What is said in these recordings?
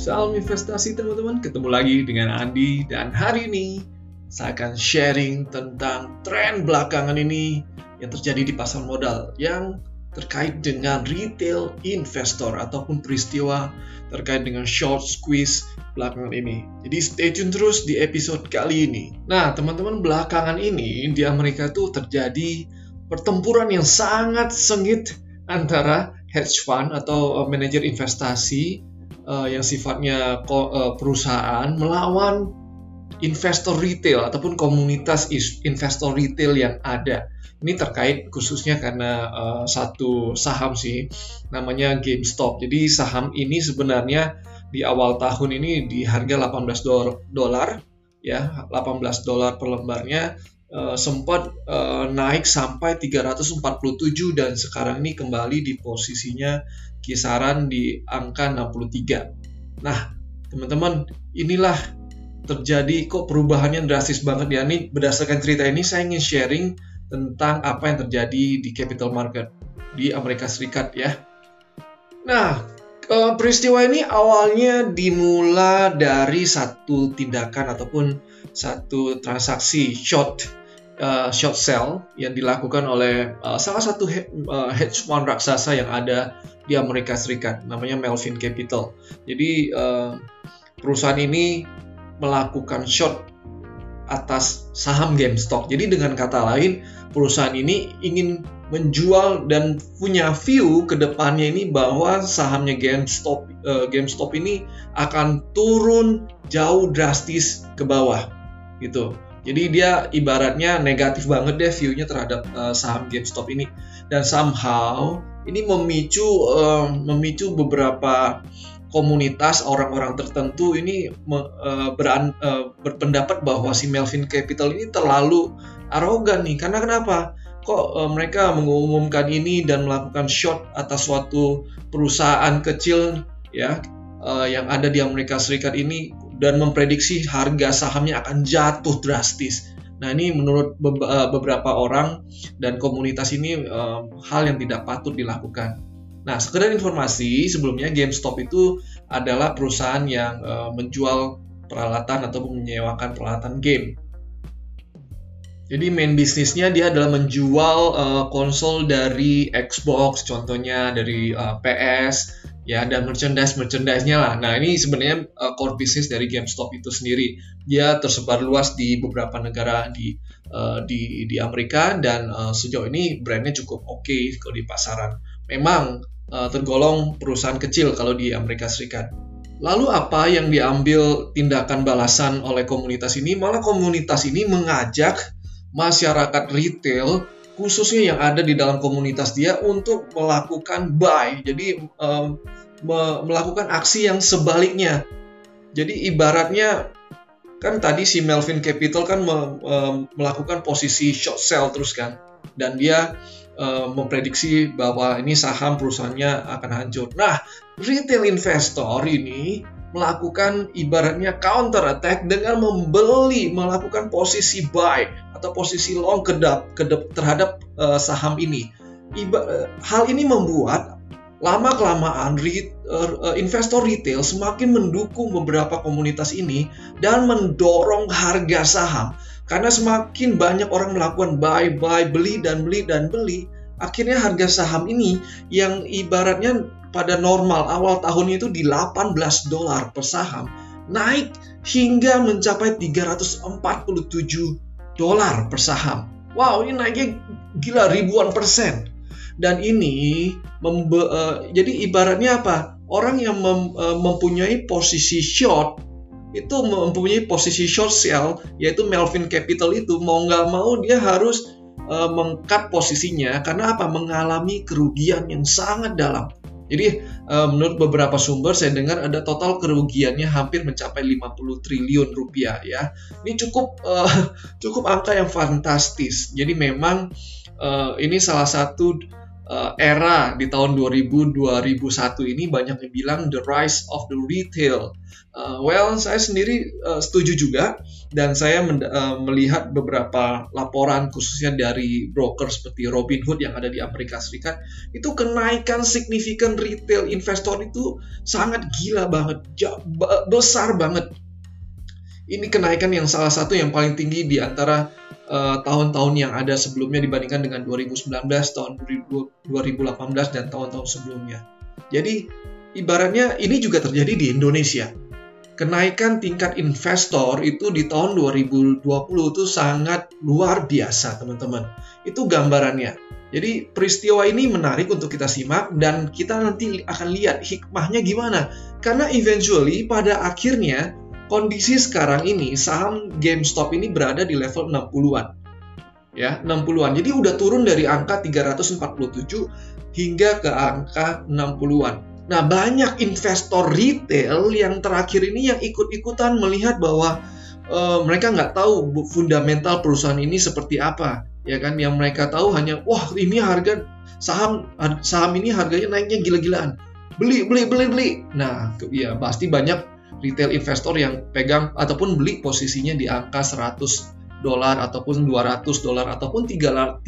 Salam investasi teman-teman, ketemu lagi dengan Andi dan hari ini saya akan sharing tentang tren belakangan ini yang terjadi di pasar modal yang terkait dengan retail investor ataupun peristiwa terkait dengan short squeeze belakangan ini. Jadi stay tune terus di episode kali ini. Nah teman-teman, belakangan ini di Amerika tuh terjadi pertempuran yang sangat sengit antara hedge fund atau manajer investasi yang sifatnya perusahaan melawan investor retail ataupun komunitas investor retail yang ada. Ini terkait khususnya karena satu saham sih, namanya GameStop. Jadi saham ini sebenarnya di awal tahun ini di harga $18 ya, $18 per lembarnya, sempat naik sampai 347 dan sekarang ini kembali di posisinya kisaran di angka 63. Nah, teman-teman, inilah terjadi kok perubahannya drastis banget ya. Ini berdasarkan cerita ini saya ingin sharing tentang apa yang terjadi di capital market di Amerika Serikat ya. Nah, peristiwa ini awalnya dimulai dari satu tindakan ataupun satu transaksi short sell yang dilakukan oleh salah satu hedge fund raksasa yang ada di Amerika Serikat, namanya Melvin Capital. Jadi perusahaan ini melakukan short atas saham GameStop. Jadi dengan kata lain, perusahaan ini ingin menjual dan punya view ke depannya ini bahwa sahamnya GameStop ini akan turun jauh drastis ke bawah gitu. Jadi dia ibaratnya negatif banget deh view-nya terhadap saham GameStop ini, dan somehow ini memicu beberapa komunitas orang-orang tertentu ini berpendapat bahwa si Melvin Capital ini terlalu arogan nih. Karena kenapa? Kok mereka mengumumkan ini dan melakukan short atas suatu perusahaan kecil ya yang ada di Amerika Serikat ini dan memprediksi harga sahamnya akan jatuh drastis. Nah, ini menurut beberapa orang dan komunitas ini hal yang tidak patut dilakukan. Nah, sekedar informasi, sebelumnya GameStop itu adalah perusahaan yang menjual peralatan ataupun menyewakan peralatan game. Jadi main bisnisnya dia adalah menjual konsol dari Xbox, contohnya dari PS, ya, dan merchandise-nya lah. Nah, ini sebenarnya core bisnis dari GameStop itu sendiri. Dia tersebar luas di beberapa negara di Amerika dan sejauh ini brandnya cukup oke kalau di pasaran. Memang tergolong perusahaan kecil kalau di Amerika Serikat. Lalu apa yang diambil tindakan balasan oleh komunitas ini? Malah komunitas ini mengajak masyarakat retail khususnya yang ada di dalam komunitas dia untuk melakukan buy. Jadi melakukan aksi yang sebaliknya. Jadi ibaratnya kan tadi si Melvin Capital kan melakukan posisi short sell terus kan, dan dia memprediksi bahwa ini saham perusahaannya akan hancur. Nah, retail investor ini melakukan ibaratnya counter attack dengan melakukan posisi buy atau posisi long terhadap saham ini. Hal ini membuat lama-kelamaan investor retail semakin mendukung beberapa komunitas ini dan mendorong harga saham. Karena semakin banyak orang melakukan buy, beli, akhirnya harga saham ini yang ibaratnya pada normal awal tahun itu di $18 per saham, naik hingga mencapai $347 per saham. Wow, ini naiknya gila ribuan %. Dan ini jadi ibaratnya apa? Orang yang mempunyai posisi short itu mempunyai posisi short sell, yaitu Melvin Capital itu mau nggak mau dia harus meng-cut posisinya karena apa? Mengalami kerugian yang sangat dalam. Jadi menurut beberapa sumber saya dengar ada total kerugiannya hampir mencapai 50 triliun rupiah ya. Ini cukup angka yang fantastis. Jadi memang ini salah satu era di tahun 2000-2001 ini banyak yang bilang the rise of the retail. Saya sendiri setuju juga, dan saya melihat beberapa laporan khususnya dari broker seperti Robinhood yang ada di Amerika Serikat, itu kenaikan signifikan retail investor itu sangat gila banget, besar banget. Ini kenaikan yang salah satu yang paling tinggi di antara tahun-tahun yang ada sebelumnya dibandingkan dengan 2019, tahun 2018, dan tahun-tahun sebelumnya. Jadi ibaratnya ini juga terjadi di Indonesia. Kenaikan tingkat investor itu di tahun 2020 itu sangat luar biasa, teman-teman. Itu gambarannya. Jadi peristiwa ini menarik untuk kita simak, dan kita nanti akan lihat hikmahnya gimana. Karena eventually pada akhirnya kondisi sekarang ini saham GameStop ini berada di level 60-an. Ya, 60-an. Jadi udah turun dari angka 347 hingga ke angka 60-an. Nah, banyak investor retail yang terakhir ini yang ikut-ikutan melihat bahwa mereka nggak tahu fundamental perusahaan ini seperti apa, ya kan? Yang mereka tahu hanya, wah ini harga saham ini harganya naiknya gila-gilaan, beli. Nah, ya pasti banyak retail investor yang pegang ataupun beli posisinya di angka $100 ataupun $200 ataupun $300.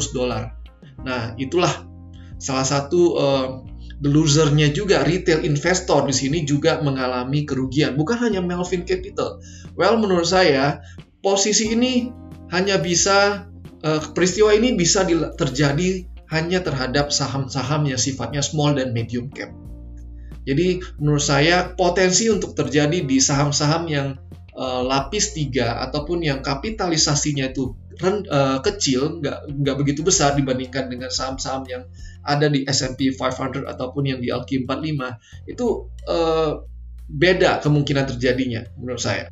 Nah, itulah salah satu the loser-nya juga. Retail investor di sini juga mengalami kerugian, bukan hanya Melvin Capital. Menurut saya posisi ini hanya bisa peristiwa ini bisa terjadi hanya terhadap saham-saham yang sifatnya small dan medium cap. Jadi menurut saya potensi untuk terjadi di saham-saham yang lapis 3 ataupun yang kapitalisasinya itu kecil, nggak begitu besar dibandingkan dengan saham-saham yang ada di S&P 500 ataupun yang di LQ45, itu beda kemungkinan terjadinya menurut saya.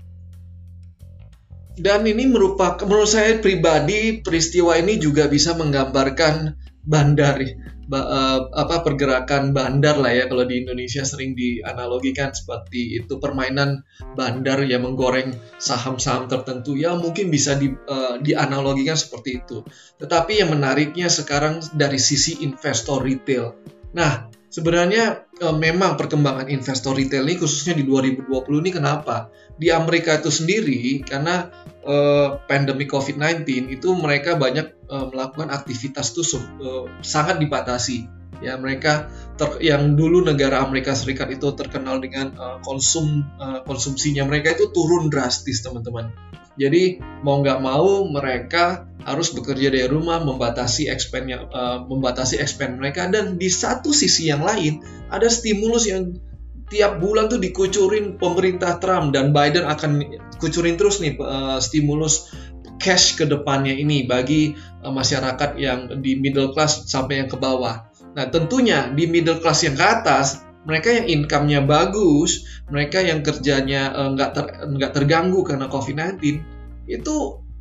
Dan ini menurut saya pribadi, peristiwa ini juga bisa menggambarkan bandar, pergerakan bandar lah ya, kalau di Indonesia sering dianalogikan seperti itu, permainan bandar yang menggoreng saham-saham tertentu, ya mungkin bisa dianalogikan seperti itu. Tetapi yang menariknya sekarang dari sisi investor retail. Nah, sebenarnya memang perkembangan investor retail ini khususnya di 2020 ini kenapa? Di Amerika itu sendiri, karena pandemi COVID-19 itu mereka banyak melakukan aktivitas itu sangat dibatasi. Ya, mereka yang dulu negara Amerika Serikat itu terkenal dengan konsumsinya mereka itu turun drastis, teman-teman. Jadi mau nggak mau mereka harus bekerja dari rumah, membatasi expand mereka. Dan di satu sisi yang lain ada stimulus yang tiap bulan tuh dikucurin pemerintah Trump, dan Biden akan kucurin terus nih stimulus cash ke depannya ini bagi masyarakat yang di middle class sampai yang ke bawah. Nah, tentunya di middle class yang ke atas, mereka yang income-nya bagus, mereka yang kerjanya nggak terganggu karena COVID-19, itu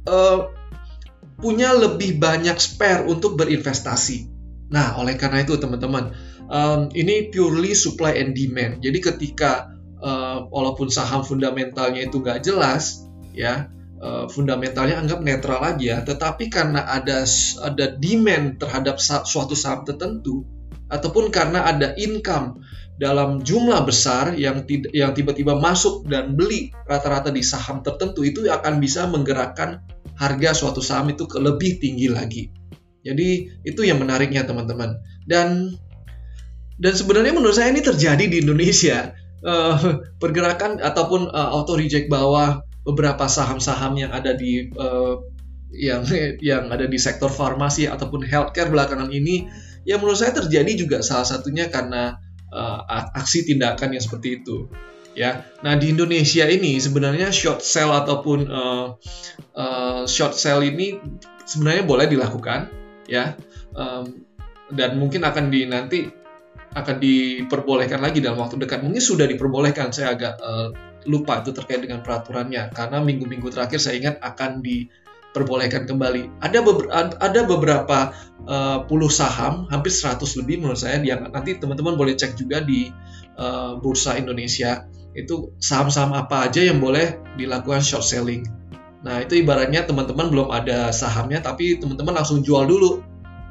punya lebih banyak spare untuk berinvestasi. Nah, oleh karena itu teman-teman, ini purely supply and demand. Jadi ketika walaupun saham fundamentalnya itu nggak jelas, ya fundamentalnya anggap netral aja, tetapi karena ada demand terhadap suatu saham tertentu, ataupun karena ada income dalam jumlah besar yang tiba-tiba masuk dan beli rata-rata di saham tertentu, itu akan bisa menggerakkan harga suatu saham itu ke lebih tinggi lagi. Jadi itu yang menariknya, teman-teman. Dan sebenarnya menurut saya ini terjadi di Indonesia. Pergerakan ataupun auto reject bawah beberapa saham-saham yang ada di yang ada di sektor farmasi ataupun healthcare belakangan ini, yang menurut saya terjadi juga salah satunya karena aksi tindakan yang seperti itu. Ya, nah di Indonesia ini sebenarnya short sell ataupun short sell ini sebenarnya boleh dilakukan, ya, dan mungkin nanti akan diperbolehkan lagi dalam waktu dekat. Mungkin sudah diperbolehkan, saya agak lupa itu terkait dengan peraturannya, karena minggu-minggu terakhir saya ingat akan diperbolehkan kembali. Ada beberapa puluh saham, hampir 100 lebih menurut saya, yang nanti teman-teman boleh cek juga di Bursa Indonesia, itu saham-saham apa aja yang boleh dilakukan short selling. Nah, itu ibaratnya teman-teman belum ada sahamnya, tapi teman-teman langsung jual dulu.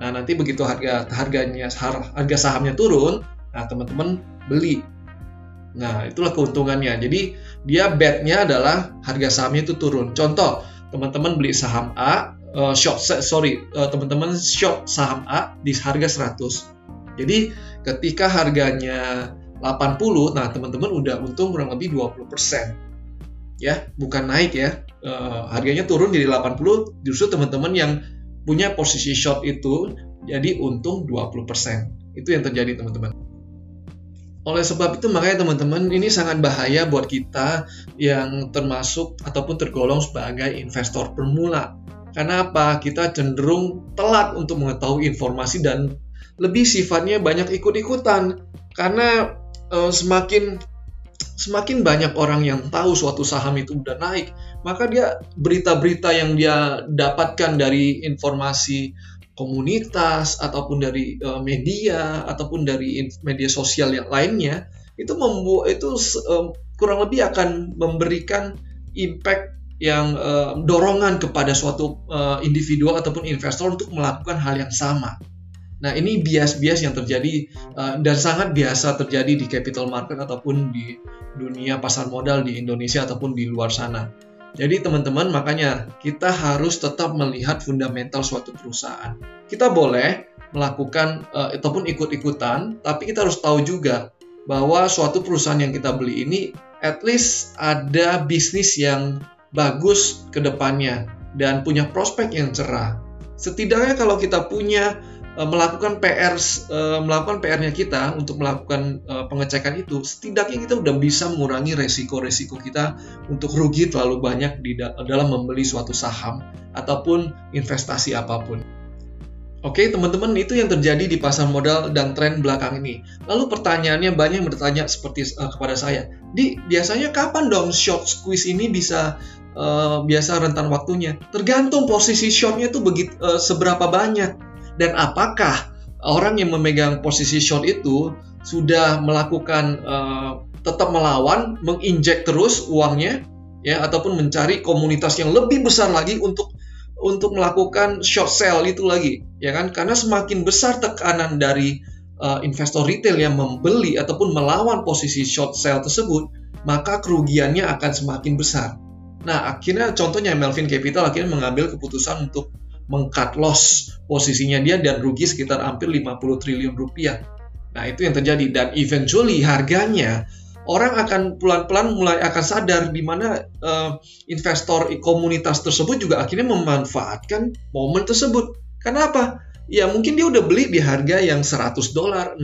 Nah, nanti begitu harga sahamnya turun, nah teman-teman beli. Nah, itulah keuntungannya. Jadi, dia bet-nya adalah harga sahamnya itu turun. Contoh, teman-teman beli saham A, teman-teman short saham A di harga 100. Jadi, ketika harganya 80, nah teman-teman udah untung kurang lebih 20%. Ya, bukan naik ya. Harganya turun jadi 80, justru teman-teman yang punya posisi short itu jadi untung 20%. Itu yang terjadi, teman-teman. Oleh sebab itu, makanya teman-teman, ini sangat bahaya buat kita yang termasuk ataupun tergolong sebagai investor pemula. Karena apa? Kita cenderung telat untuk mengetahui informasi dan lebih sifatnya banyak ikut-ikutan. Karena semakin banyak orang yang tahu suatu saham itu udah naik, maka dia berita-berita yang dia dapatkan dari informasi komunitas ataupun dari media ataupun dari media sosial yang lainnya, itu kurang lebih akan memberikan impact yang dorongan kepada suatu individu ataupun investor untuk melakukan hal yang sama. Nah, ini bias-bias yang terjadi dan sangat biasa terjadi di capital market ataupun di dunia pasar modal di Indonesia ataupun di luar sana. Jadi teman-teman, makanya kita harus tetap melihat fundamental suatu perusahaan. Kita boleh melakukan ataupun ikut-ikutan, tapi kita harus tahu juga bahwa suatu perusahaan yang kita beli ini at least ada bisnis yang bagus ke depannya dan punya prospek yang cerah. Setidaknya kalau kita punya melakukan PR-nya kita untuk melakukan pengecekan itu, setidaknya kita udah bisa mengurangi resiko-resiko kita untuk rugi terlalu banyak dalam membeli suatu saham ataupun investasi apapun. Oke, teman-teman, itu yang terjadi di pasar modal dan tren belakang ini. Lalu pertanyaannya, banyak yang bertanya seperti kepada saya, biasanya kapan dong short squeeze ini bisa biasa rentan waktunya? Tergantung posisi shortnya itu seberapa banyak. Dan apakah orang yang memegang posisi short itu sudah melakukan tetap melawan, menginjek terus uangnya, ya, ataupun mencari komunitas yang lebih besar lagi untuk melakukan short sell itu lagi, ya kan? Karena semakin besar tekanan dari investor retail yang membeli ataupun melawan posisi short sell tersebut, maka kerugiannya akan semakin besar. Nah, akhirnya contohnya Melvin Capital akhirnya mengambil keputusan untuk meng-cut loss posisinya dia dan rugi sekitar hampir 50 triliun rupiah. Nah, itu yang terjadi dan eventually harganya orang akan pelan-pelan mulai akan sadar di mana investor komunitas tersebut juga akhirnya memanfaatkan momen tersebut. Kenapa? Ya mungkin dia udah beli di harga yang $100, $60.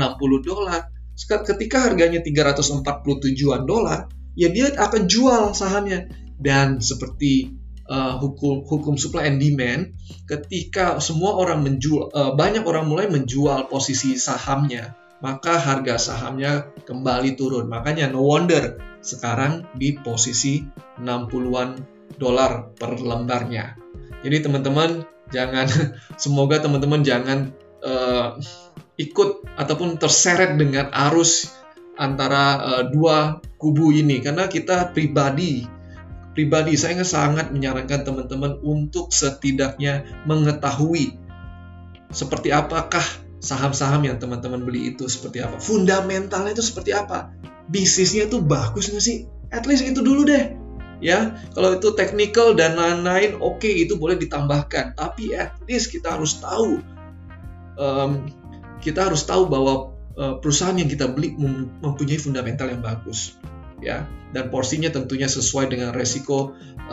Ketika harganya $347, ya dia akan jual sahamnya. Dan seperti hukum supply and demand, ketika semua orang banyak orang mulai menjual posisi sahamnya, maka harga sahamnya kembali turun. Makanya no wonder sekarang di posisi $60 per lembarnya. Jadi teman-teman semoga teman-teman jangan ikut ataupun terseret dengan arus antara dua kubu ini, karena kita pribadi saya sangat menyarankan teman-teman untuk setidaknya mengetahui seperti apakah saham-saham yang teman-teman beli itu seperti apa, fundamentalnya itu seperti apa, bisnisnya itu bagus nggak sih, at least itu dulu deh ya. Kalau itu technical dan lain-lain, oke, itu boleh ditambahkan, tapi at least kita harus tahu bahwa perusahaan yang kita beli mempunyai fundamental yang bagus, ya, dan porsinya tentunya sesuai dengan resiko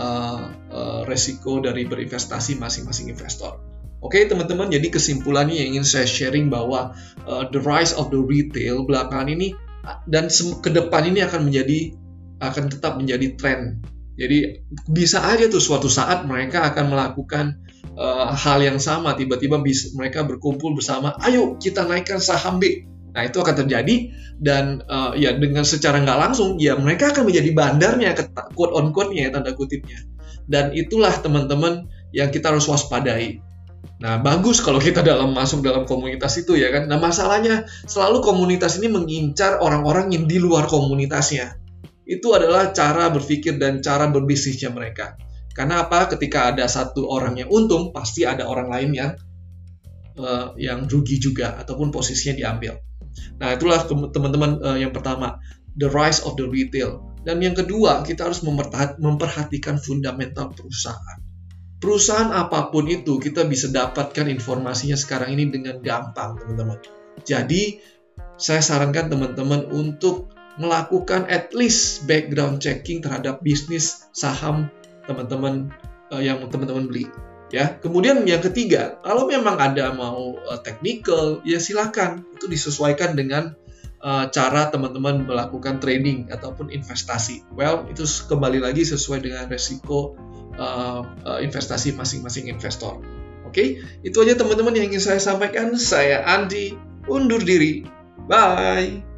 dari berinvestasi masing-masing investor. Oke, teman-teman, jadi kesimpulannya yang ingin saya sharing bahwa the rise of the retail belakangan ini dan ke depan ini akan tetap menjadi tren. Jadi bisa aja tuh suatu saat mereka akan melakukan hal yang sama, tiba-tiba mereka berkumpul bersama, ayo kita naikkan saham B. Nah, itu akan terjadi dan ya dengan secara nggak langsung ya mereka akan menjadi bandarnya, quote on quote-nya ya, tanda kutipnya. Dan itulah teman-teman yang kita harus waspadai. Nah, bagus kalau kita masuk dalam komunitas itu ya kan. Nah, masalahnya selalu komunitas ini mengincar orang-orang yang di luar komunitasnya. Itu adalah cara berpikir dan cara berbisnisnya mereka. Karena apa? Ketika ada satu orang yang untung, pasti ada orang lain yang yang rugi juga ataupun posisinya diambil. Nah, itulah teman-teman yang pertama, the rise of the retail. Dan yang kedua, kita harus memperhatikan fundamental perusahaan. Perusahaan apapun itu, kita bisa dapatkan informasinya sekarang ini dengan gampang, teman-teman. Jadi, saya sarankan teman-teman untuk melakukan at least background checking terhadap bisnis saham teman-teman yang teman-teman beli. Ya, kemudian yang ketiga, kalau memang ada mau technical, ya silakan. Itu disesuaikan dengan cara teman-teman melakukan trading ataupun investasi. Well, itu kembali lagi sesuai dengan resiko investasi masing-masing investor. Oke, itu aja teman-teman yang ingin saya sampaikan. Saya Andi, undur diri. Bye.